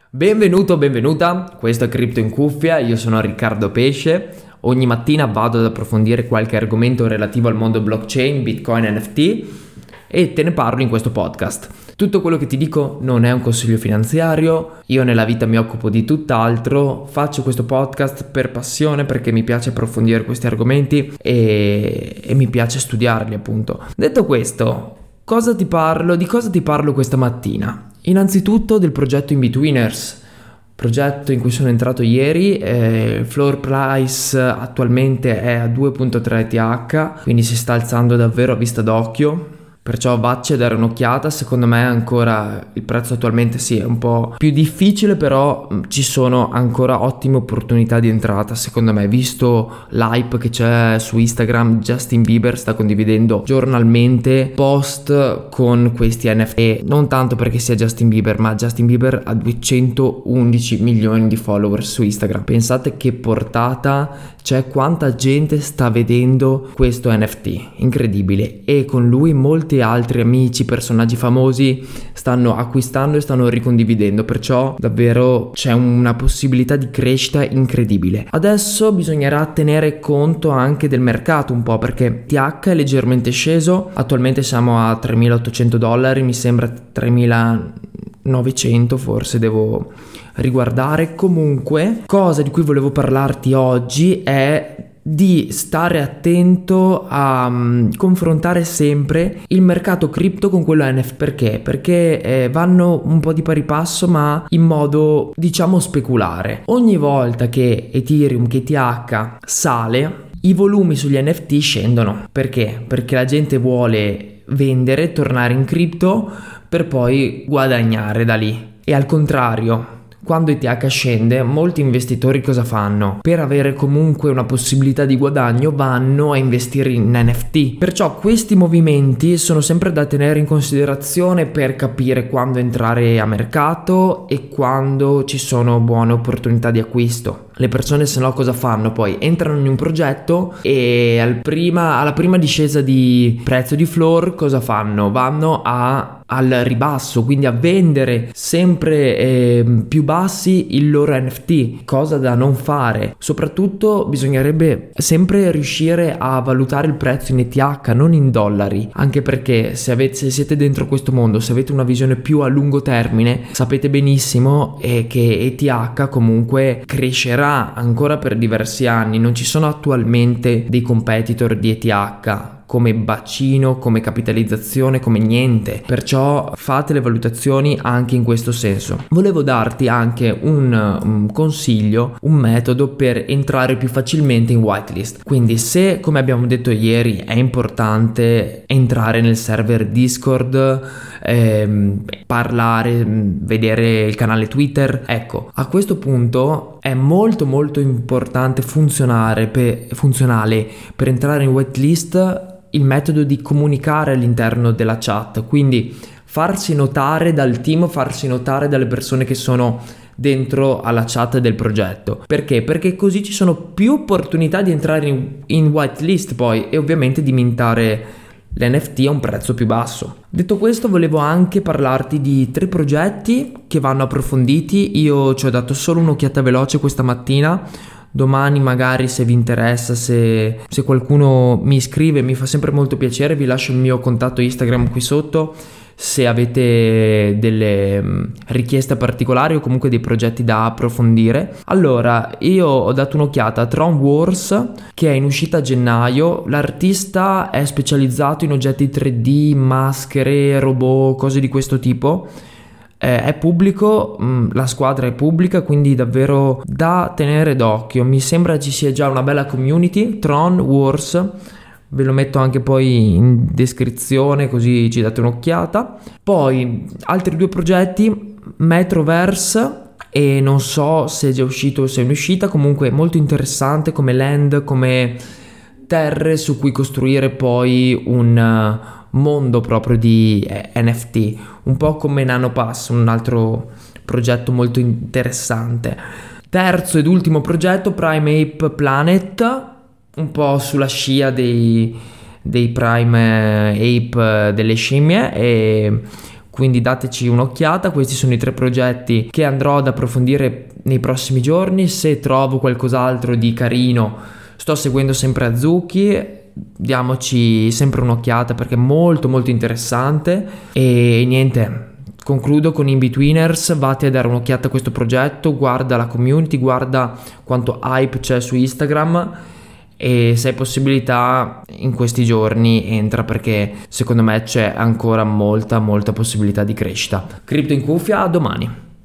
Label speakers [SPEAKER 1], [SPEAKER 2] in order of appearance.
[SPEAKER 1] Benvenuto, benvenuta, questo è Cripto in Cuffia, io sono Riccardo Pesce. Ogni mattina vado ad approfondire qualche argomento relativo al mondo blockchain, Bitcoin, NFT e te ne parlo in questo podcast. Tutto quello che ti dico non è un consiglio finanziario, io nella vita mi occupo di tutt'altro, faccio questo podcast per passione perché mi piace approfondire questi argomenti e mi piace studiarli, appunto. Detto questo, di cosa ti parlo questa mattina? Innanzitutto del progetto Inbetweeners, progetto in cui sono entrato ieri. Floor price attualmente è a 2.3 ETH, quindi si sta alzando davvero a vista d'occhio, perciò vacci a dare un'occhiata. Secondo me ancora il prezzo attualmente sì è un po' più difficile, però ci sono ancora ottime opportunità di entrata secondo me, visto l'hype che c'è su Instagram. Justin Bieber sta condividendo giornalmente post con questi NFT, non tanto perché sia Justin Bieber, ma Justin Bieber ha 211 milioni di follower su Instagram. Pensate che portata, cioè quanta gente sta vedendo questo NFT, incredibile. E con lui molti altri amici, personaggi famosi stanno acquistando e stanno ricondividendo, perciò davvero c'è una possibilità di crescita incredibile. Adesso bisognerà tenere conto anche del mercato un po', perché TH è leggermente sceso, attualmente siamo a $3.800, mi sembra 3.900 forse, devo riguardare. Comunque, cosa di cui volevo parlarti oggi è di stare attento a confrontare sempre il mercato cripto con quello NFT. Perché vanno un po' di pari passo, ma in modo diciamo speculare. Ogni volta che Ethereum, che ETH sale, i volumi sugli NFT scendono. Perché? Perché la gente vuole vendere, tornare in cripto per poi guadagnare da lì. E al contrario, quando ETH scende, molti investitori cosa fanno? Per avere comunque una possibilità di guadagno vanno a investire in NFT. Perciò questi movimenti sono sempre da tenere in considerazione per capire quando entrare a mercato e quando ci sono buone opportunità di acquisto. Le persone se no cosa fanno? Poi entrano in un progetto e alla prima discesa di prezzo di floor cosa fanno? Vanno al ribasso, quindi a vendere sempre più bassi il loro NFT, cosa da non fare. Soprattutto bisognerebbe sempre riuscire a valutare il prezzo in ETH, non in dollari, anche perché se siete dentro questo mondo, se avete una visione più a lungo termine, sapete benissimo che ETH comunque crescerà ancora per diversi anni. Non ci sono attualmente dei competitor di ETH come bacino, come capitalizzazione, come niente, perciò fate le valutazioni anche in questo senso. Volevo darti anche un consiglio, un metodo per entrare più facilmente in whitelist. Quindi se, come abbiamo detto ieri, è importante entrare nel server Discord, parlare, vedere il canale Twitter, ecco, a questo punto è molto importante funzionale per entrare in whitelist il metodo di comunicare all'interno della chat, quindi farsi notare dal team, farsi notare dalle persone che sono dentro alla chat del progetto. Perché? Perché così ci sono più opportunità di entrare in whitelist poi, e ovviamente di mintare l'NFT a un prezzo più basso. Detto questo, volevo anche parlarti di 3 progetti che vanno approfonditi. Io ci ho dato solo un'occhiata veloce questa mattina. Domani magari, se vi interessa, se qualcuno mi iscrive, mi fa sempre molto piacere, vi lascio il mio contatto Instagram qui sotto se avete delle richieste particolari o comunque dei progetti da approfondire. Allora, io ho dato un'occhiata a Tron Wars, che è in uscita a gennaio. L'artista è specializzato in oggetti 3D, maschere, robot, cose di questo tipo. È pubblico, la squadra è pubblica, quindi davvero da tenere d'occhio. Mi sembra ci sia già una bella community. Tron Wars, ve lo metto anche poi in descrizione così ci date un'occhiata. Poi altri 2 progetti, Metroverse, e non so se è già uscito o se è in uscita, comunque molto interessante come land, come terre su cui costruire poi un mondo proprio di NFT, un po' come NanoPass, un altro progetto molto interessante. Terzo ed ultimo progetto, Prime Ape Planet, un po' sulla scia dei Prime Ape delle scimmie, e quindi dateci un'occhiata. Questi sono i 3 progetti che andrò ad approfondire nei prossimi giorni. Se trovo qualcos'altro di carino, sto seguendo sempre Azuki, diamoci sempre un'occhiata perché è molto molto interessante. E niente, concludo con Inbetweeners. Vatti a dare un'occhiata a questo progetto, guarda la community, guarda quanto hype c'è su Instagram, e se hai possibilità in questi giorni entra, perché secondo me c'è ancora molta possibilità di crescita. Cripto in cuffia, a domani.